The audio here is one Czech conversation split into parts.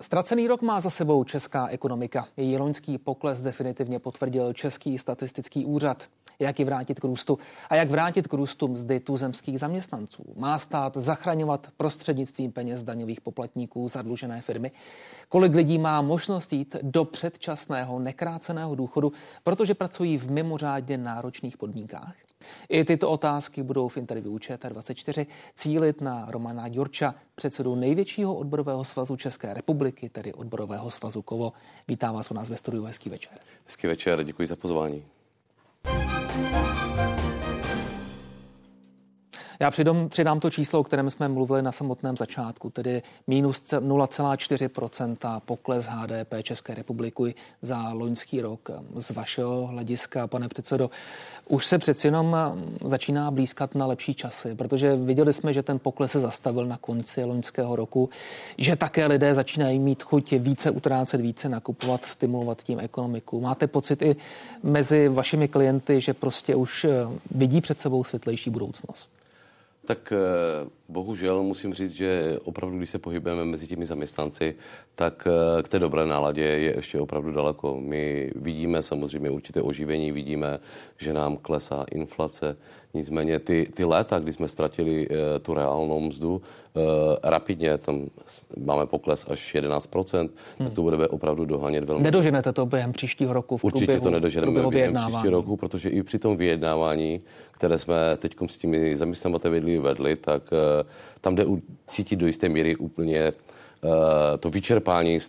Ztracený rok má za sebou česká ekonomika. Její loňský pokles definitivně potvrdil Český statistický úřad. Jak ji vrátit k růstu a jak vrátit k růstu mzdy tuzemských zaměstnanců? Má stát zachraňovat prostřednictvím peněz daňových poplatníků zadlužené firmy? Kolik lidí má možnost jít do předčasného nekráceného důchodu, protože pracují v mimořádně náročných podmínkách? I tyto otázky budou v interview ČT24 cílit na Romana Gyurča, předsedu největšího odborového svazu České republiky, tedy odborového svazu KOVO. Vítám vás u nás ve studiu, hezký večer. Hezký večer, děkuji za pozvání. Já přidám to číslo, o kterém jsme mluvili na samotném začátku, tedy minus 0,4% pokles HDP České republiky za loňský rok. Z vašeho hlediska, pane předsedo, už se přeci jenom začíná blízkat na lepší časy, protože viděli jsme, že ten pokles se zastavil na konci loňského roku, že také lidé začínají mít chuť více utrácet, více nakupovat, stimulovat tím ekonomiku. Máte pocit i mezi vašimi klienty, že prostě už vidí před sebou světlejší budoucnost? Tak bohužel musím říct, že opravdu, když se pohybujeme mezi těmi zaměstnanci, tak k té dobré náladě je ještě opravdu daleko. My vidíme samozřejmě určité oživení, vidíme, že nám klesá inflace. Nicméně ty léta, kdy jsme ztratili tu reálnou mzdu, rapidně, tam máme pokles až 11%, tak to budeme opravdu dohánět velmi. Nedoženete to během příštího roku v průběhu Určitě to nedoženeme během příštího roku, protože i při tom vyjednávání, které jsme teď s těmi zaměstnavateli vedli, tak tam jde cítit do jisté míry úplně to vyčerpání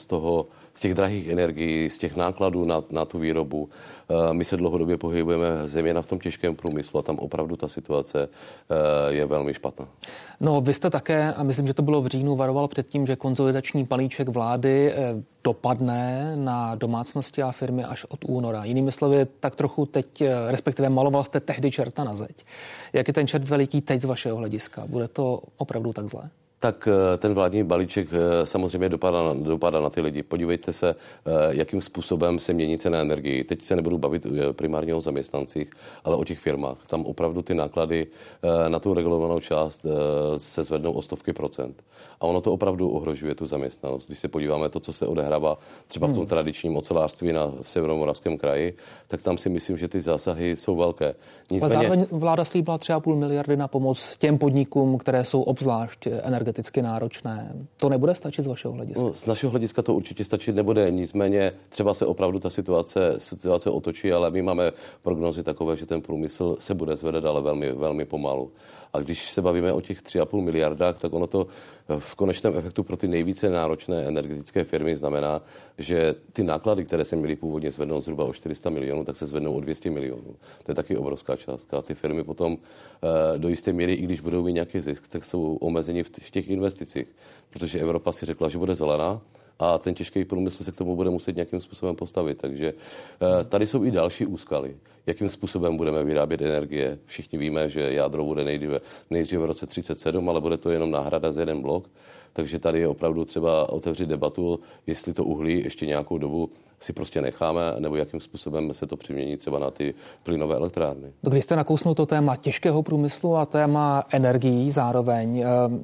z těch drahých energií, z těch nákladů na tu výrobu. My se dlouhodobě pohybujeme zejména v tom těžkém průmyslu a tam opravdu ta situace je velmi špatná. No, vy jste také, a myslím, že to bylo v říjnu, varoval před tím, že konsolidační balíček vlády dopadne na domácnosti a firmy až od února. Jinými slovy, tak trochu teď, respektive maloval jste tehdy čerta na zeď. Jak je ten čert veliký teď z vašeho hlediska? Bude to opravdu tak zlé? Tak ten vládní balíček samozřejmě dopadá na ty lidi. Podívejte se, jakým způsobem se mění cena energii. Teď se nebudu bavit primárně o zaměstnancích, ale o těch firmách. Tam opravdu ty náklady na tu regulovanou část se zvednou o stovky procent. A ono to opravdu ohrožuje tu zaměstnanost. Když se podíváme to, co se odehrává třeba v tom tradičním ocelářství v Severomoravském kraji, tak tam si myslím, že ty zásahy jsou velké. Nicméně... Zároveň vláda slíbila 3,5 miliardy na pomoc těm podnikům, které jsou obzvlášť energeticky náročné. To nebude stačit z vašeho hlediska? No, z našeho hlediska to určitě stačit nebude. Nicméně třeba se opravdu ta situace otočí, ale my máme prognozy takové, že ten průmysl se bude zvedat, ale velmi, velmi pomalu. A když se bavíme o těch 3,5 miliardách, tak ono to v konečném efektu pro ty nejvíce náročné energetické firmy znamená, že ty náklady, které se měly původně zvednout zhruba o 400 milionů, tak se zvednou o 200 milionů. To je taky obrovská částka. A ty firmy potom do jisté míry, i když budou mít nějaký zisk, tak jsou omezeni v těch investicích. Protože Evropa si řekla, že bude zelená, a ten těžký průmysl se k tomu bude muset nějakým způsobem postavit. Takže tady jsou i další úskaly. Jakým způsobem budeme vyrábět energie? Všichni víme, že jádro bude nejdříve v roce 1937, ale bude to jenom náhrada za jeden blok. Takže tady je opravdu třeba otevřít debatu, jestli to uhlí ještě nějakou dobu si prostě necháme, nebo jakým způsobem se to přimění třeba na ty plynové elektrárny. Když jste nakousnul to téma těžkého průmyslu a téma energií zároveň,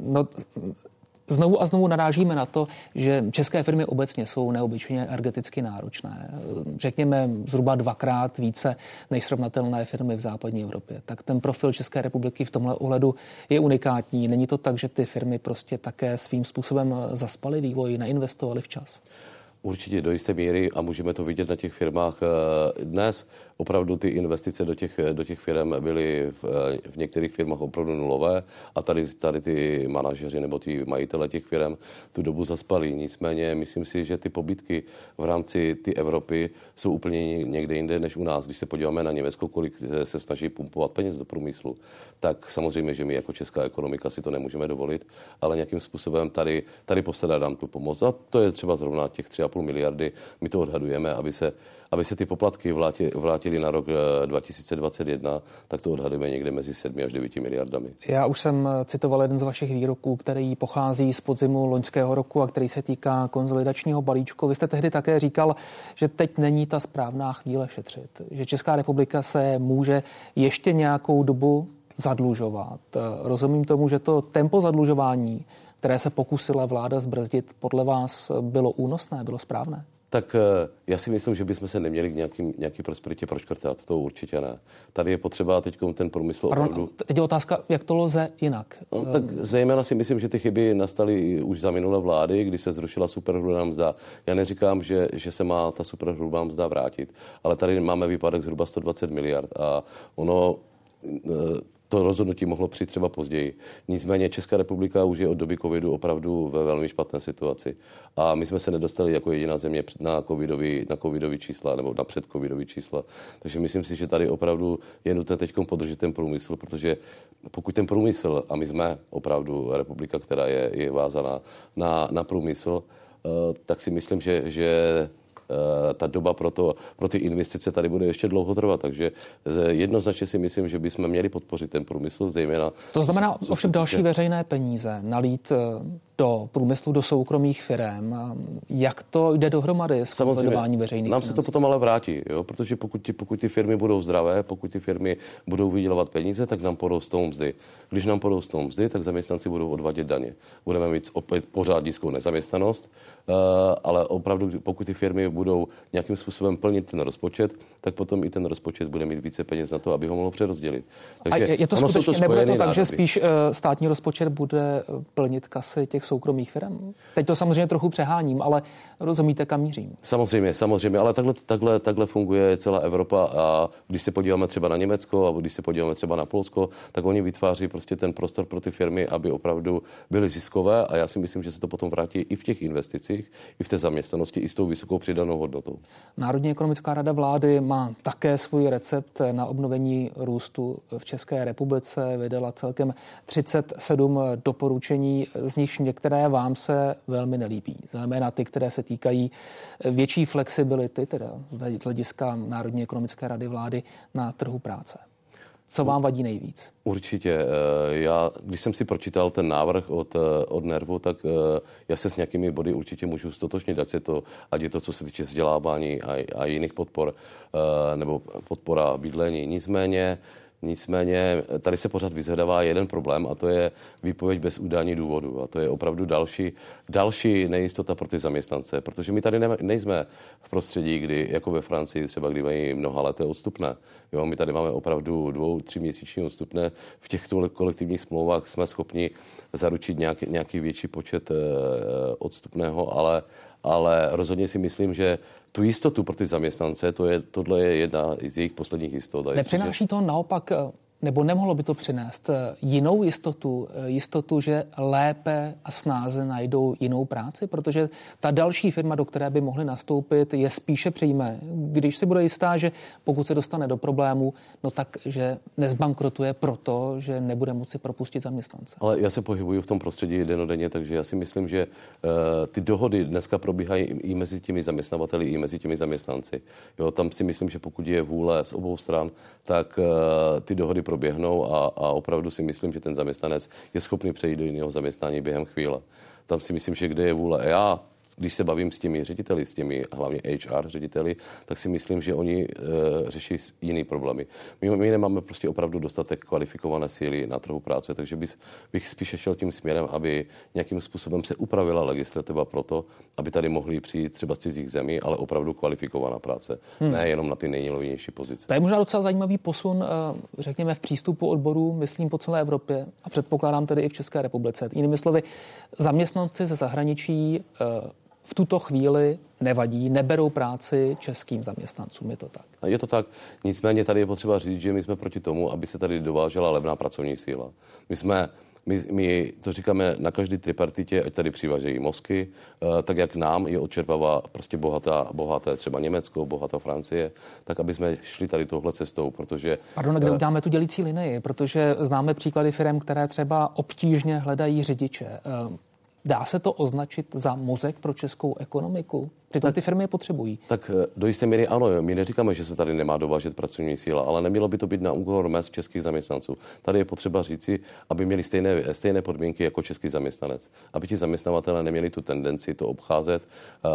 znovu a znovu narážíme na to, že české firmy obecně jsou neobyčejně energeticky náročné. Řekněme zhruba 2x více než srovnatelné firmy v západní Evropě. Tak ten profil České republiky v tomhle ohledu je unikátní. Není to tak, že ty firmy prostě také svým způsobem zaspaly vývoj, neinvestovaly včas? Určitě do jisté míry a můžeme to vidět na těch firmách dnes. Opravdu ty investice do těch firm byly v některých firmách opravdu nulové a tady ty manažeři nebo ty majitele těch firm tu dobu zaspali. Nicméně myslím si, že ty pobídky v rámci ty Evropy jsou úplně někde jinde než u nás. Když se podíváme na Německo, kolik se snaží pumpovat peněz do průmyslu, tak samozřejmě, že my jako česká ekonomika si to nemůžeme dovolit, ale nějakým způsobem tady postarat nám tu pomoc. A to je třeba zrovna těch 3,5 miliardy. My to odhadujeme, aby se ty poplatky vrátily na rok 2021, tak to odhadujeme někde mezi 7 až 9 miliardami. Já už jsem citoval jeden z vašich výroků, který pochází z podzimu loňského roku a který se týká konsolidačního balíčku. Vy jste tehdy také říkal, že teď není ta správná chvíle šetřit, že Česká republika se může ještě nějakou dobu zadlužovat. Rozumím tomu, že to tempo zadlužování které se pokusila vláda zbrzdit, podle vás bylo únosné, bylo správné? Tak já si myslím, že bychom se neměli k nějaký prosperitě proškrtat. To určitě ne. Tady je potřeba teď ten průmysl opravdu... Teď je otázka, jak to lze jinak? No, tak zejména si myslím, že ty chyby nastaly už za minulé vlády, kdy se zrušila superhrubá mzda. Já neříkám, že se má ta superhrubá mzda vrátit, ale tady máme výpadek zhruba 120 miliard a ono... To rozhodnutí mohlo přijít třeba později. Nicméně Česká republika už je od doby covidu opravdu ve velmi špatné situaci. A my jsme se nedostali jako jediná země na covidový čísla nebo na předcovidový čísla. Takže myslím si, že tady opravdu je nutné teď podržet ten průmysl, protože pokud ten průmysl, a my jsme opravdu republika, která je vázaná na průmysl, tak si myslím, že ta doba pro ty investice tady bude ještě dlouho trvat, takže jednoznačně si myslím, že bychom měli podpořit ten průmysl, zejména... To znamená ovšem další veřejné peníze nalít do průmyslu, do soukromých firem. Jak to jde dohromady s konsolidování veřejných nám financí? Se to potom ale vrátí, jo? Protože pokud ty firmy budou zdravé, pokud ty firmy budou vydělávat peníze, tak nám porostou mzdy. Když nám porostou mzdy, tak zaměstnanci budou odvádět daně. Budeme mít opět pořád nízkou nezaměstnanost, ale opravdu pokud ty firmy budou nějakým způsobem plnit ten rozpočet, tak potom i ten rozpočet bude mít více peněz na to, aby ho mohl přerozdělit. Takže a je to skutečně, nebude to tak, že spíš státní rozpočet bude plnit kasy těch soukromých firm? Teď to samozřejmě trochu přeháním, ale rozumíte, kam mířím. Samozřejmě, ale takhle funguje celá Evropa a když se podíváme třeba na Německo a když se podíváme třeba na Polsko, tak oni vytváří prostě ten prostor pro ty firmy, aby opravdu byly ziskové a já si myslím, že se to potom vrátí i v těch investicích, i v té zaměstnanosti, i s tou vysokou přidanou hodnotou. Národní ekonomická rada vlády má také svůj recept na obnovení růstu v České republice. Vydala celkem 37 doporučení, z nichž některé vám se velmi nelíbí. Znamená ty, které se týkají větší flexibility, teda z hlediska Národní ekonomické rady vlády na trhu práce. Co vám vadí nejvíc? Určitě. Já, když jsem si pročítal ten návrh od NERVu, tak já se s nějakými body určitě můžu stotožnit, ať je to, co se týče vzdělávání a jiných podpor, nebo podpora bydlení. Nicméně tady se pořád vyzvedává jeden problém a to je výpověď bez udání důvodu. A to je opravdu další nejistota pro ty zaměstnance, protože my tady nejsme v prostředí, kdy, jako ve Francii třeba, kdy mají mnohaleté odstupné. Jo, my tady máme opravdu 2-3 měsíční odstupné. V těchto kolektivních smlouvách jsme schopni zaručit nějaký větší počet odstupného, ale rozhodně si myslím, že tu jistotu pro ty zaměstnance, tohle je jedna z jejich posledních jistot. Nepřináší to naopak, nebo nemohlo by to přinést jinou jistotu, že lépe a snáze najdou jinou práci, protože ta další firma, do které by mohli nastoupit, je spíše přijme, když si bude jistá, že pokud se dostane do problému, no tak, že nezbankrotuje proto, že nebude moci propustit zaměstnance. Ale já se pohybuju v tom prostředí dennodenně, takže já si myslím, že ty dohody dneska probíhají i mezi těmi zaměstnavateli, i mezi těmi zaměstnanci. Jo, tam si myslím, že pokud je vůle z obou stran, tak ty dohody proběhnou a opravdu si myslím, že ten zaměstnanec je schopný přejít do jiného zaměstnání během chvíle. Tam si myslím, že kde je vůle. Já, když se bavím s těmi řediteli, s těmi hlavně HR řediteli, tak si myslím, že oni řeší jiný problémy. My nemáme prostě opravdu dostatek kvalifikované síly na trhu práce, takže bych spíše šel tím směrem, aby nějakým způsobem se upravila legislativa pro to, aby tady mohli přijít třeba z cizích zemí, ale opravdu kvalifikovaná práce, ne jenom na ty nejnilovější pozice. To je možná docela zajímavý posun, řekněme, v přístupu odborů, myslím, po celé Evropě a předpokládám tedy i v České republice. Jinými slovy, zaměstnanci ze zahraničí v tuto chvíli nevadí, neberou práci českým zaměstnancům, je to tak? Je to tak, nicméně tady je potřeba říct, že my jsme proti tomu, aby se tady dovážela levná pracovní síla. My to říkáme na každý tripartitě, ať tady přivážejí mozky, tak jak nám je odčerpává prostě bohaté třeba Německo, bohatá Francie, tak aby jsme šli tady touhle cestou, protože... Pardon, kde uděláme tu dělící linii, protože známe příklady firem, které třeba obtížně hledají řidiče. Dá se to označit za mozek pro českou ekonomiku? Přitom ty firmy je potřebují. Tak do jisté míry ano, my neříkáme, že se tady nemá dovážet pracovní síla, ale nemělo by to být na úkor mezd českých zaměstnanců. Tady je potřeba říci, aby měli stejné podmínky jako český zaměstnanec. Aby ti zaměstnavatelé neměli tu tendenci to obcházet,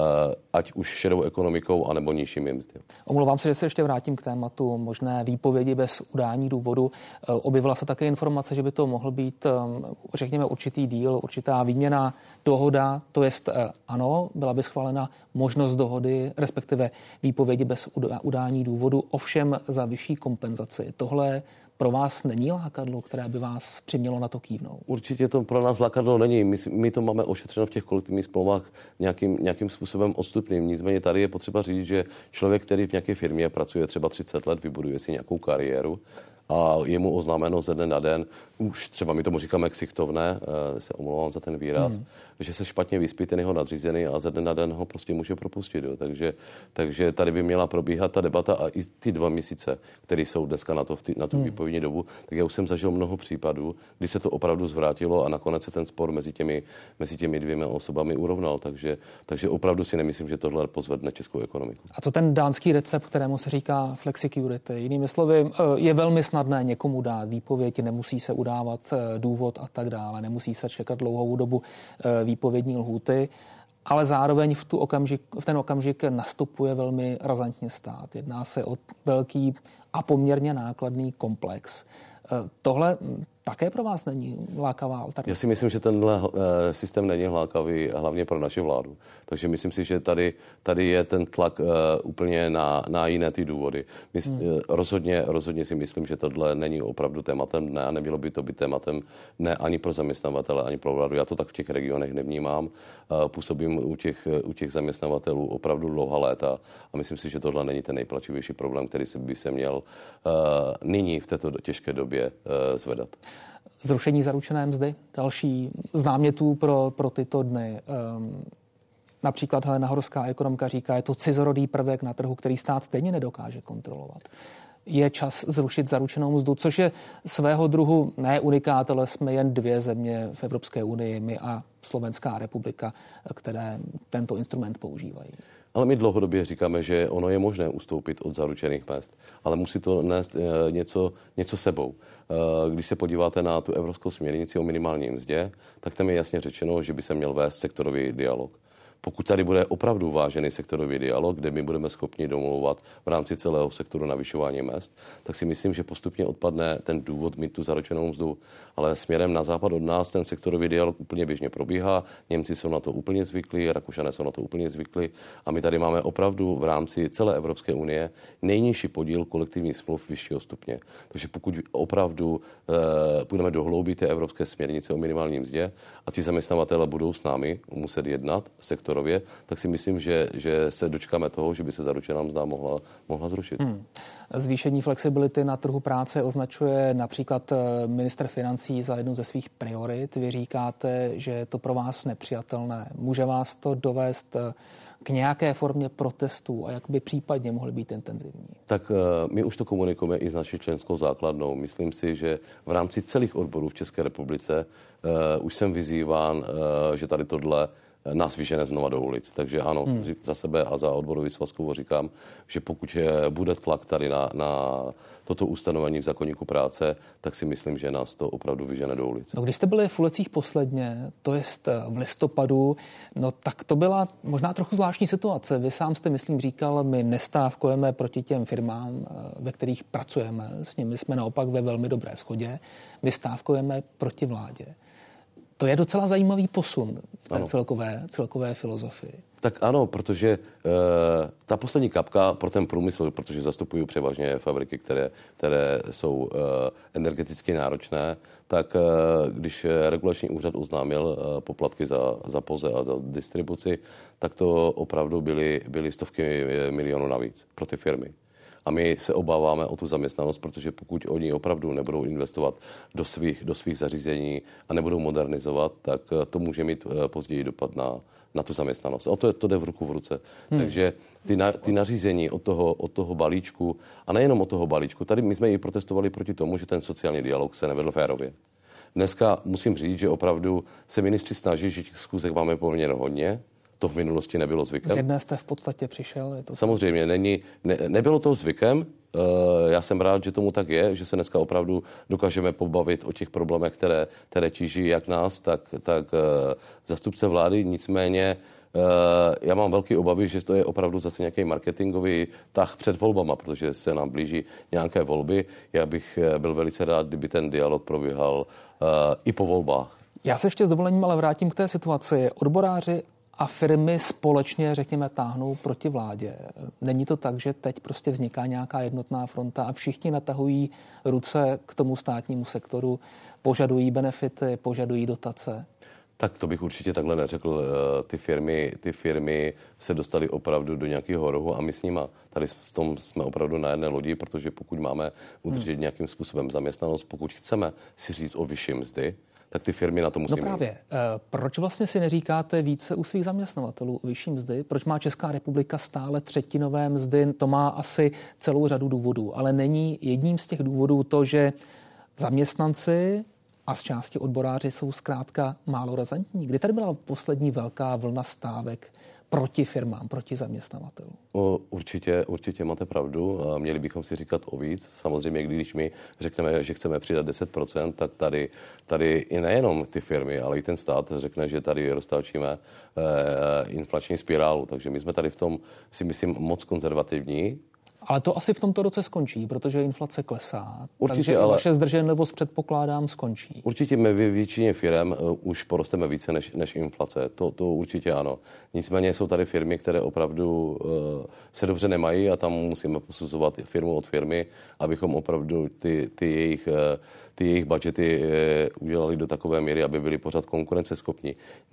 ať už šedou ekonomikou, anebo nižšími mzdy. Omlouvám se, že se ještě vrátím k tématu možné výpovědi bez udání důvodu. Objevila se také informace, že by to mohl být, řekněme, určitý díl, určitá výměna, dohoda, to jest ano, byla by schválena možnost dohody, respektive výpovědi bez udání důvodu, ovšem za vyšší kompenzaci. Tohle pro vás není lákadlo, které by vás přimělo na to kývnout? Určitě to pro nás lákadlo není. My to máme ošetřeno v těch kolektivních smlouvách nějakým způsobem odstupným. Nicméně tady je potřeba říct, že člověk, který v nějaké firmě pracuje třeba 30 let, vybuduje si nějakou kariéru a je mu oznámeno ze dne na den, už třeba my tomu říkáme ksichtovné, se omlouvám za ten výraz, že se špatně vyspí ten jeho nadřízený a ze dne na den ho prostě může propustit. Jo. Takže tady by měla probíhat ta debata a i ty 2 měsíce, které jsou dneska na tu výpovědní dobu, tak já už jsem zažil mnoho případů, kdy se to opravdu zvrátilo a nakonec se ten spor mezi těmi 2 osobami urovnal. Takže opravdu si nemyslím, že tohle pozvedne českou ekonomiku. A co ten dánský recept, kterému se říká flexicurity? Jinými slovy, je velmi snadné někomu dát výpověď, nemusí se udávat důvod a tak dále, nemusí se čekat dlouhou dobu výpovědní lhůty, ale zároveň v ten okamžik nastupuje velmi razantně stát. Jedná se o velký a poměrně nákladný komplex. Tohle také pro vás není lákavá alternativa? Já si myslím, že tenhle systém není lákavý hlavně pro naši vládu. Takže myslím si, že tady je ten tlak úplně na jiné ty důvody. Rozhodně si myslím, že tohle není opravdu tématem dne a nemělo by to být tématem ne ani pro zaměstnavatele, ani pro vládu. Já to tak v těch regionech nevnímám. Působím u těch zaměstnavatelů opravdu dlouhá léta a myslím si, že tohle není ten nejpalčivější problém, který by se měl nyní v této těžké době zvedat. Zrušení zaručené mzdy, další z námětů pro tyto dny. Například Helena Horská, ekonomka, říká, je to cizorodý prvek na trhu, který stát stejně nedokáže kontrolovat. Je čas zrušit zaručenou mzdu, což je svého druhu ne unikát, ale jsme jen 2 země v Evropské unii, my a Slovenská republika, které tento instrument používají. Ale my dlouhodobě říkáme, že ono je možné ustoupit od zaručených mezd, ale musí to nést něco sebou. Když se podíváte na tu evropskou směrnici o minimální mzdě, tak tam je jasně řečeno, že by se měl vést sektorový dialog. Pokud tady bude opravdu vážený sektorový dialog, kde my budeme schopni domlouvat v rámci celého sektoru navyšování mezd, tak si myslím, že postupně odpadne ten důvod mít tu zaručenou mzdu. Ale směrem na západ od nás ten sektorový dialog úplně běžně probíhá. Němci jsou na to úplně zvyklí, Rakušané jsou na to úplně zvyklí a my tady máme opravdu v rámci celé Evropské unie nejnižší podíl kolektivních smluv vyššího stupně. Takže pokud opravdu budeme dohloubit té evropské směrnice o minimální mzdě a ti zaměstnavatelé budou s námi muset jednat sektorově, tak si myslím, že se dočkáme toho, že by se zaručená mzda mohla zrušit. Zvýšení flexibility na trhu práce označuje například ministr financí za jednu ze svých priorit. Vy říkáte, že je to pro vás nepřijatelné. Může vás to dovést k nějaké formě protestů a jak by případně mohly být intenzivní? Tak my už to komunikujeme i s naší členskou základnou. Myslím si, že v rámci celých odborů v České republice už jsem vyzýván, že tady tohle nás vyžene znova do ulic. Takže ano, za sebe a za odborový svazkovo říkám, že pokud bude tlak tady na toto ustanovení v zákoníku práce, tak si myslím, že nás to opravdu vyžene do ulic. No, když jste byli v ulicích posledně, to jest v listopadu, no tak to byla možná trochu zvláštní situace. Vy sám jste, myslím, říkal, my nestávkujeme proti těm firmám, ve kterých pracujeme. S nimi jsme naopak ve velmi dobré shodě. My stávkujeme proti vládě. To je docela zajímavý posun v té celkové filozofii. Tak ano, protože ta poslední kapka pro ten průmysl, protože zastupují převážně fabriky, které jsou energeticky náročné, tak když regulační úřad oznámil poplatky za POZE a za distribuci, tak to opravdu byly stovky milionů navíc pro ty firmy. A my se obáváme o tu zaměstnanost, protože pokud oni opravdu nebudou investovat do svých zařízení a nebudou modernizovat, tak to může mít později dopad na tu zaměstnanost. A to jde v ruku v ruce. Takže ty nařízení od toho balíčku, a nejenom od toho balíčku, tady my jsme i protestovali proti tomu, že ten sociální dialog se nevedl férově. Dneska musím říct, že opravdu se ministři snaží, že těch schůzek máme poměrně hodně, To v minulosti nebylo zvykem. Z jedné jste v podstatě přišel. Je to samozřejmě, nebylo to zvykem. Já jsem rád, že tomu tak je, že se dneska opravdu dokážeme pobavit o těch problémech, které tíží jak nás, tak zastupce vlády. Nicméně já mám velké obavy, že to je opravdu zase nějaký marketingový tah před volbama, protože se nám blíží nějaké volby. Já bych byl velice rád, kdyby ten dialog probíhal i po volbách. Já se ještě s dovolením ale vrátím k té situaci. Odboráři a firmy společně, řekněme, táhnou proti vládě. Není to tak, že teď prostě vzniká nějaká jednotná fronta a všichni natahují ruce k tomu státnímu sektoru, požadují benefity, požadují dotace? Tak to bych určitě takhle neřekl. Ty firmy se dostaly opravdu do nějakého rohu a my s nima. Tady v tom jsme opravdu na jedné lodi, protože pokud máme udržet nějakým způsobem zaměstnanost, pokud chceme si říct o vyšší mzdy, tak ty firmy na to musí mít. No právě. Proč vlastně si neříkáte více u svých zaměstnavatelů o vyšší mzdy? Proč má Česká republika stále třetinové mzdy? To má asi celou řadu důvodů, ale není jedním z těch důvodů to, že zaměstnanci a z části odboráři jsou zkrátka málo razantní. Kdy tady byla poslední velká vlna stávek proti firmám, proti zaměstnavatelům? Určitě máte pravdu. Měli bychom si říkat o víc. Samozřejmě, když my řekneme, že chceme přidat 10%, tak tady i nejenom ty firmy, ale i ten stát řekne, že tady roztáčíme inflační spirálu. Takže my jsme tady v tom, si myslím, moc konzervativní. Ale to asi v tomto roce skončí, protože inflace klesá. Určitě, takže ale vaše zdrženlivost, předpokládám, skončí. Určitě my ve většině firm už porosteme více než inflace. To určitě ano. Nicméně jsou tady firmy, které opravdu se dobře nemají a tam musíme posuzovat firmu od firmy, abychom opravdu ty jejich budžety udělali do takové míry, aby byli pořád konkurenceschopní.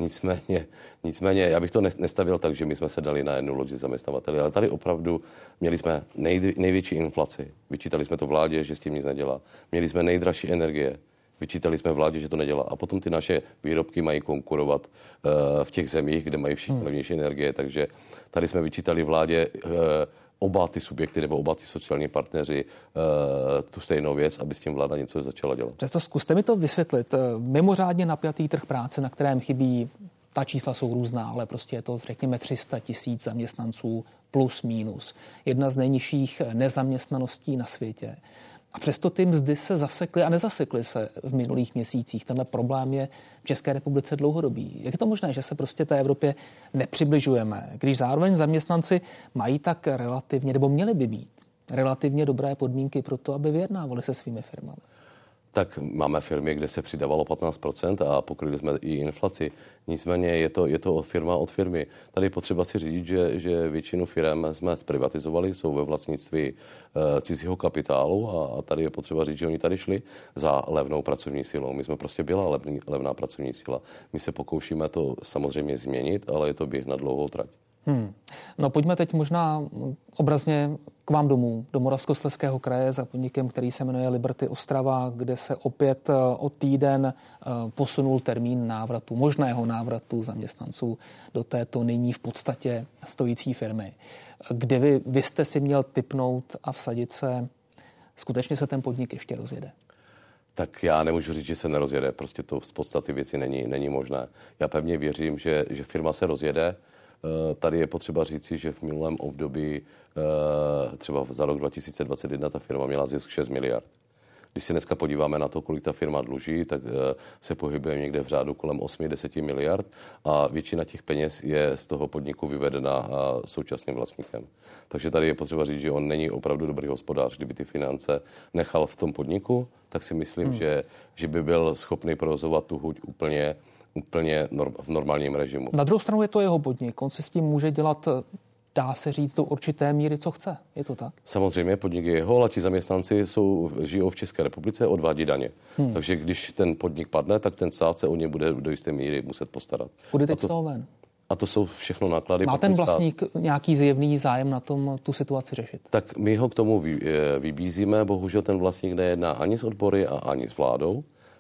Nicméně já bych to nestavil tak, že my jsme se dali na jednu loď zaměstnavateli, ale tady opravdu měli jsme největší inflaci. Vyčítali jsme to vládě, že s tím nic nedělá. Měli jsme nejdražší energie. Vyčítali jsme vládě, že to nedělá. A potom ty naše výrobky mají konkurovat v těch zemích, kde mají všichni levnější energie. Takže tady jsme vyčítali vládě oba ty subjekty nebo oba ty sociální partneři tu stejnou věc, aby s tím vláda něco začala dělat. Přesto zkuste mi to vysvětlit. Mimořádně napjatý trh práce, na kterém chybí, ta čísla jsou různá, ale prostě je to, řekněme, 300 000 zaměstnanců plus minus. Jedna z nejnižších nezaměstnaností na světě. A přesto ty mzdy se zasekly a nezasekly se v minulých měsících. Tenhle problém je v České republice dlouhodobý. Jak je to možné, že se prostě té Evropě nepřibližujeme, když zároveň zaměstnanci mají tak relativně, nebo měli by mít relativně dobré podmínky pro to, aby vyjednávali se svými firmami? Tak máme firmy, kde se přidávalo 15% a pokryli jsme i inflaci. Nicméně je to firma od firmy. Tady je potřeba si říct, že většinu firm jsme zprivatizovali, jsou ve vlastnictví cizího kapitálu a tady je potřeba říct, že oni tady šli za levnou pracovní silou. My jsme prostě byla levná pracovní síla. My se pokoušíme to samozřejmě změnit, ale je to běh na dlouhou trať. No pojďme teď možná obrazně k vám domů, do Moravskoslezského kraje za podnikem, který se jmenuje Liberty Ostrava, kde se opět o týden posunul termín návratu, možného návratu zaměstnanců do této nyní v podstatě stojící firmy. Kde vy jste si měl tipnout a vsadit se, skutečně se ten podnik ještě rozjede? Tak já nemůžu říct, že se nerozjede, prostě to z podstaty věci není možné. Já pevně věřím, že firma se rozjede. Tady je potřeba říci, že v minulém období, třeba za rok 2021, ta firma měla zisk 6 miliard. Když se dneska podíváme na to, kolik ta firma dluží, tak se pohybuje někde v řádu kolem 8-10 miliard a většina těch peněz je z toho podniku vyvedena současným vlastníkem. Takže tady je potřeba říct, že on není opravdu dobrý hospodář. Kdyby ty finance nechal v tom podniku, tak si myslím, že by byl schopný provozovat tu huť úplně v normálním režimu. Na druhou stranu je to jeho podnik. On si s tím může dělat, dá se říct, do určité míry, co chce. Je to tak? Samozřejmě podnik je jeho, ale ti zaměstnanci žijou v České republice, odvádí daně. Takže když ten podnik padne, tak ten stát se o ně bude do jisté míry muset postarat. Bude teď z toho ven? A to jsou všechno náklady. Má ten vlastník nějaký zjevný zájem na tom tu situaci řešit? Tak my ho k tomu vybízíme. Bohužel ten vlastník nejedná ani s odbory a ani s vládou.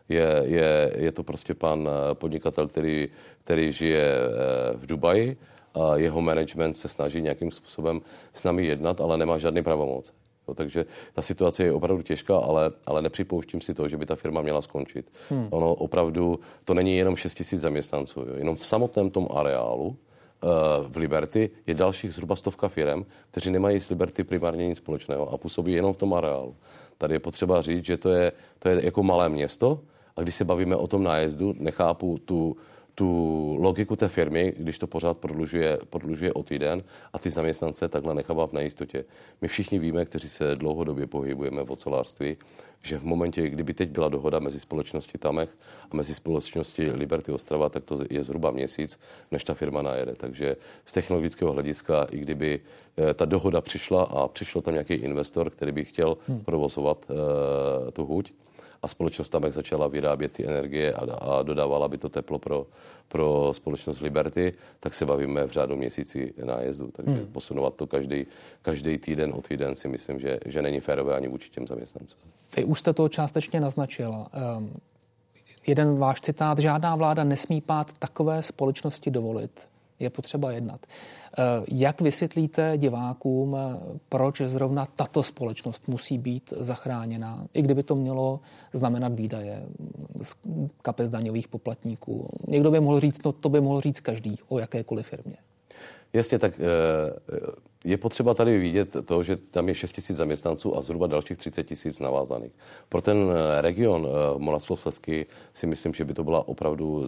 Je to prostě pan podnikatel, který žije v Dubaji a jeho management se snaží nějakým způsobem s námi jednat, ale nemá žádný pravomoc. Takže ta situace je opravdu těžká, ale nepřipouštím si to, že by ta firma měla skončit. Ono opravdu, to není jenom 6 000 zaměstnanců. Jenom v samotném tom areálu v Liberty je dalších zhruba 100 firem, kteří nemají s Liberty primárně nic společného a působí jenom v tom areálu. Tady je potřeba říct, že to je jako malé město a když se bavíme o tom nájezdu, nechápu tu logiku té firmy, když to pořád prodlužuje o týden a ty zaměstnance takhle nechává v nejistotě. My všichni víme, kteří se dlouhodobě pohybujeme v ocelářství, že v momentě, kdyby teď byla dohoda mezi společností Tamech a mezi společností Liberty Ostrava, tak to je zhruba měsíc, než ta firma najede. Takže z technologického hlediska, i kdyby ta dohoda přišla a přišel tam nějaký investor, který by chtěl provozovat tu huť, a společnost Tamech začala vyrábět ty energie a dodávala by to teplo pro společnost Liberty, tak se bavíme v řádu měsíci nájezdu. Takže posunovat to každý týden o týden si myslím, že není férové ani vůči těm zaměstnancům. Vy už jste to částečně naznačila. Jeden váš citát, žádná vláda nesmí pát takové společnosti dovolit. Je potřeba jednat. Jak vysvětlíte divákům, proč zrovna tato společnost musí být zachráněna, i kdyby to mělo znamenat výdaje z kapes daňových poplatníků? Někdo by mohl říct, no to by mohl říct každý o jakékoliv firmě. Jasně, tak je potřeba tady vidět to, že tam je 6 000 zaměstnanců a zhruba dalších 30 000 navázaných. Pro ten region Moravskoslezský si myslím, že by to byla opravdu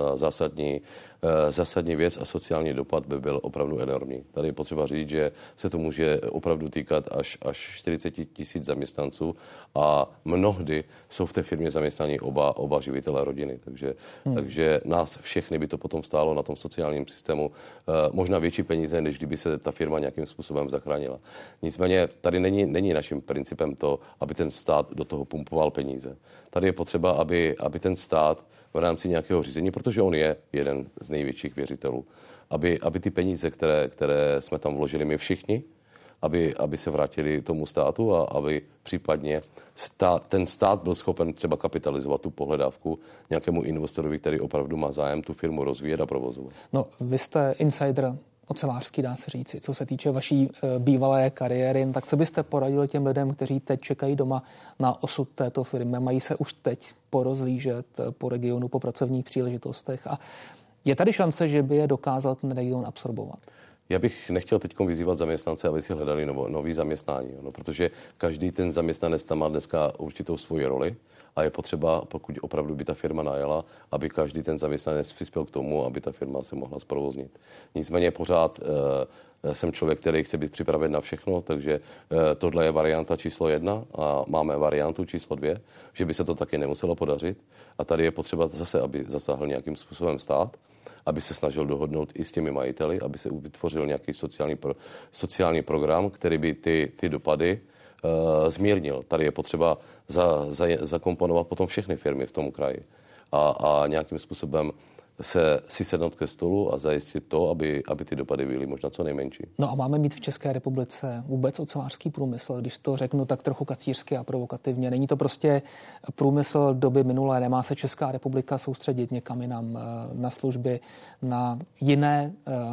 zásadní věc a sociální dopad by byl opravdu enormní. Tady je potřeba říct, že se to může opravdu týkat až 40 000 zaměstnanců a mnohdy jsou v té firmě zaměstnaní oba živitelé rodiny. Takže nás všechny by to potom stálo na tom sociálním systému možná větší peníze, než kdyby se ta firma nějakým způsobem zachránila. Nicméně tady není naším principem to, aby ten stát do toho pumpoval peníze. Tady je potřeba, aby ten stát v rámci nějakého řízení, protože on je jeden z největších věřitelů, aby ty peníze, které jsme tam vložili my všichni, aby se vrátili tomu státu a aby případně ten stát byl schopen třeba kapitalizovat tu pohledávku nějakému investorovi, který opravdu má zájem tu firmu rozvíjet a provozovat. No, vy jste insider ocelářský, dá se říci. Co se týče vaší bývalé kariéry, tak co byste poradil těm lidem, kteří teď čekají doma na osud této firmy? Mají se už teď porozlížet po regionu, po pracovních příležitostech a je tady šance, že by je dokázal ten region absorbovat? Já bych nechtěl teď vyzývat zaměstnance, aby si hledali nový zaměstnání, protože každý ten zaměstnanec tam má dneska určitou svoji roli a je potřeba, pokud opravdu by ta firma najela, aby každý ten zaměstnanec přispěl k tomu, aby ta firma se mohla zprovoznit. Nicméně pořád jsem člověk, který chce být připraven na všechno, takže tohle je varianta číslo 1 a máme variantu číslo 2, že by se to taky nemuselo podařit a tady je potřeba zase, aby zasáhl nějakým způsobem stát, aby se snažil dohodnout i s těmi majiteli, aby se vytvořil nějaký sociální program, který by ty dopady zmírnil. Tady je potřeba zakomponovat potom všechny firmy v tom kraji a nějakým způsobem si sednout ke stolu a zajistit to, aby ty dopady byly možná co nejmenší. No a máme mít v České republice vůbec ocelářský průmysl, když to řeknu tak trochu kacířsky a provokativně. Není to prostě průmysl doby minulé, nemá se Česká republika soustředit někam jinam na služby, na jiné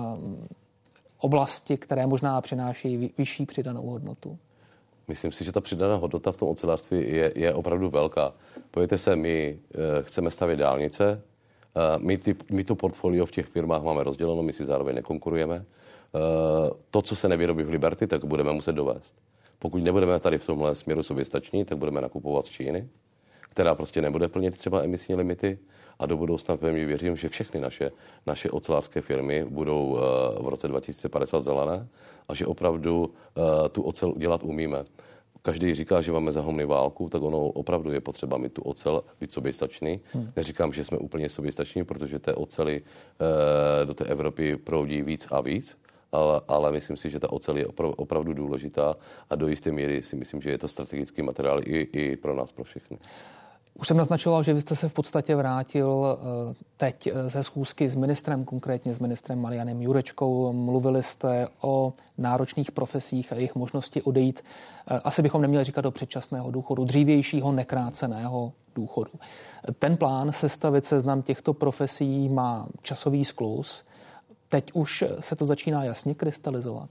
oblasti, které možná přinášejí vyšší přidanou hodnotu? Myslím si, že ta přidaná hodnota v tom ocelářství je opravdu velká. Pojďte se, my chceme stavět dálnice, my to portfolio v těch firmách máme rozděleno, my si zároveň nekonkurujeme. To, co se nevyrobí v Liberty, tak budeme muset dovést. Pokud nebudeme tady v tomhle směru soběstační, tak budeme nakupovat z Číny, která prostě nebude plnit třeba emisní limity a do budoucna pevně věřím, že všechny naše ocelářské firmy budou v roce 2050 zelené a že opravdu tu ocel udělat umíme. Každý říká, že máme zahomny válku, tak ono opravdu je potřeba mít tu ocel, být soběstačný. Neříkám, že jsme úplně soběstační, protože té oceli do té Evropy proudí víc a víc, ale myslím si, že ta ocel je opravdu důležitá a do jisté míry si myslím, že je to strategický materiál i pro nás, pro všechny. Už jsem naznačoval, že vy jste se v podstatě vrátil teď ze schůzky s ministrem, konkrétně s ministrem Marianem Jurečkou. Mluvili jste o náročných profesích a jejich možnosti odejít. Asi bychom neměli říkat do předčasného důchodu, dřívějšího nekráceného důchodu. Ten plán sestavit seznam těchto profesí má časový skluz. Teď už se to začíná jasně krystalizovat.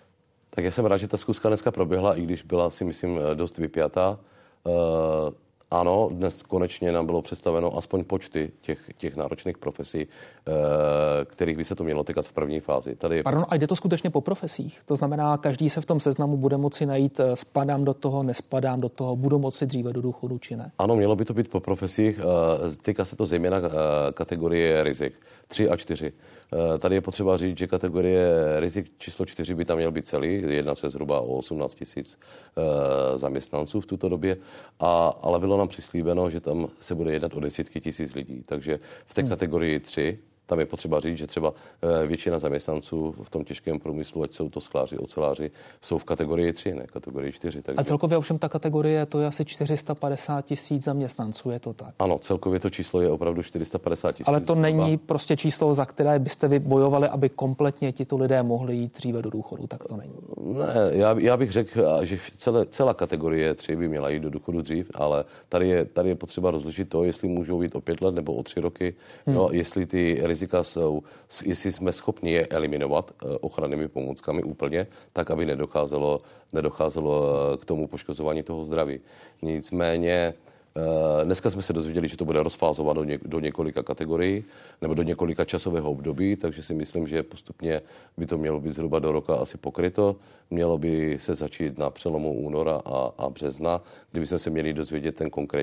Tak já jsem rád, že ta schůzka dneska proběhla, i když byla, si myslím, dost vypjatá. Ano, dnes konečně nám bylo představeno aspoň počty těch náročných profesí, kterých by se to mělo týkat v první fázi. Pardon, a jde to skutečně po profesích? To znamená, každý se v tom seznamu bude moci najít, spadám do toho, nespadám do toho, budu moci dříve do důchodu, či ne? Ano, mělo by to být po profesích. Týká se to zejména kategorie rizik 3 a 4. Tady je potřeba říct, že kategorie rizik číslo 4 by tam měl být celý. Jedná se zhruba o 18 000 zaměstnanců v tuto době, ale bylo nám přislíbeno, že tam se bude jednat o desítky tisíc lidí. Takže v té kategorii 3 tam je potřeba říct, že třeba většina zaměstnanců v tom těžkém průmyslu, ať jsou to skláři, oceláři, jsou v kategorii 3, ne kategorii 4. Takže... A celkově ovšem ta kategorie, to je asi 450 000 zaměstnanců, je to tak? Ano, celkově to číslo je opravdu 450 000. Ale to není prostě číslo, za které byste vy bojovali, aby kompletně tito lidé mohli jít dříve do důchodu, tak to není. Ne, já bych řekl, že celá kategorie 3 by měla jít do důchodu dřív, ale tady je potřeba rozlišit to, jestli můžou jít o 5 let nebo o 3 roky, jo, jestli ty rizika jsou, jestli jsme schopni je eliminovat ochrannými pomůckami úplně, tak, aby nedocházelo k tomu poškozování toho zdraví. Nicméně dneska jsme se dozvěděli, že to bude rozfázováno do několika kategorií nebo do několika časového období, takže si myslím, že postupně by to mělo být zhruba do roka asi pokryto. Mělo by se začít na přelomu února a března, kdyby jsme se měli dozvědět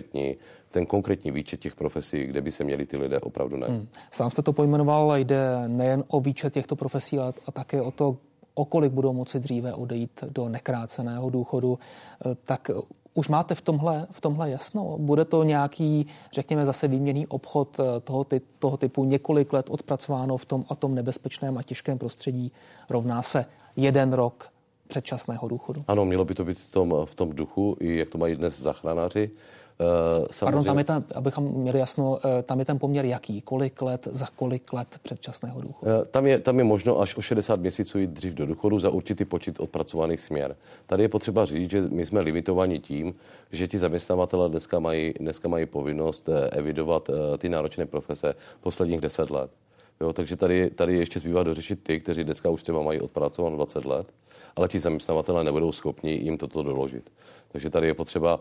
ten konkrétní výčet těch profesí, kde by se měli ty lidé opravdu najít. Sám jste to pojmenoval, jde nejen o výčet těchto profesí, ale a také o to, o kolik budou moci dříve odejít do nekráceného důchodu. Tak už máte v tomhle jasno? Bude to nějaký, řekněme, zase výměnný obchod toho typu několik let odpracováno v tom a tom nebezpečném a těžkém prostředí rovná se 1 rok předčasného důchodu? Ano, mělo by to být v tom duchu, i jak to mají dnes záchranáři. Pardon, abychom měli jasno, tam je ten poměr jaký? Kolik let za kolik let předčasného důchodu? Tam je možno až o 60 měsíců jít dřív do důchodu za určitý počet odpracovaných směr. Tady je potřeba říct, že my jsme limitováni tím, že ti zaměstnavatelé dneska mají povinnost evidovat ty náročné profese posledních 10 let. Jo, takže tady ještě zbývá dořešit ty, kteří dneska už třeba mají odpracováno 20 let, ale ti zaměstnavatelé nebudou schopni jim toto doložit. Takže tady je potřeba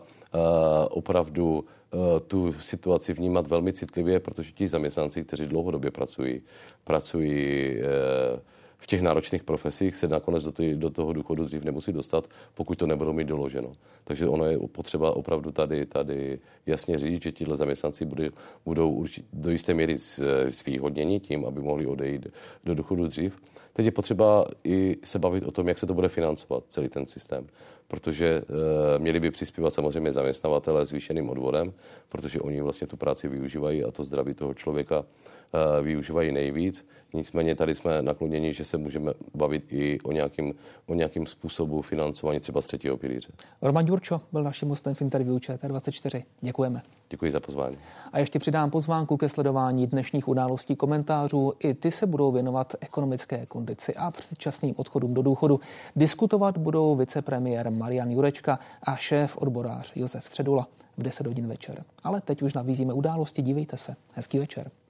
opravdu tu situaci vnímat velmi citlivě, protože ti zaměstnanci, kteří dlouhodobě pracují v těch náročných profesích, se nakonec do toho důchodu dřív nemusí dostat, pokud to nebudou mít doloženo. Takže ono je potřeba opravdu tady jasně říct, že tihle zaměstnanci budou do jisté míry zvýhodněni tím, aby mohli odejít do důchodu dřív. Teď je potřeba i se bavit o tom, jak se to bude financovat, celý ten systém. Protože měli by přispívat samozřejmě zaměstnavatele zvýšeným odvodem, protože oni vlastně tu práci využívají a to zdraví toho člověka využívají nejvíc. Nicméně tady jsme nakloněni, že se můžeme bavit i o nějakým způsobu financování třeba z 3. pilíře. Roman Ďurčo byl naším hostem v interview ČT24. Děkujeme. Děkuji za pozvání. A ještě přidám pozvánku ke sledování dnešních událostí komentářů. I ty se budou věnovat ekonomické kondici a předčasným odchodům do důchodu. Diskutovat budou vicepremiér Marian Jurečka a šéf odborář Josef Středula v 10 hodin večer. Ale teď už nabízíme události, dívejte se. Hezký večer.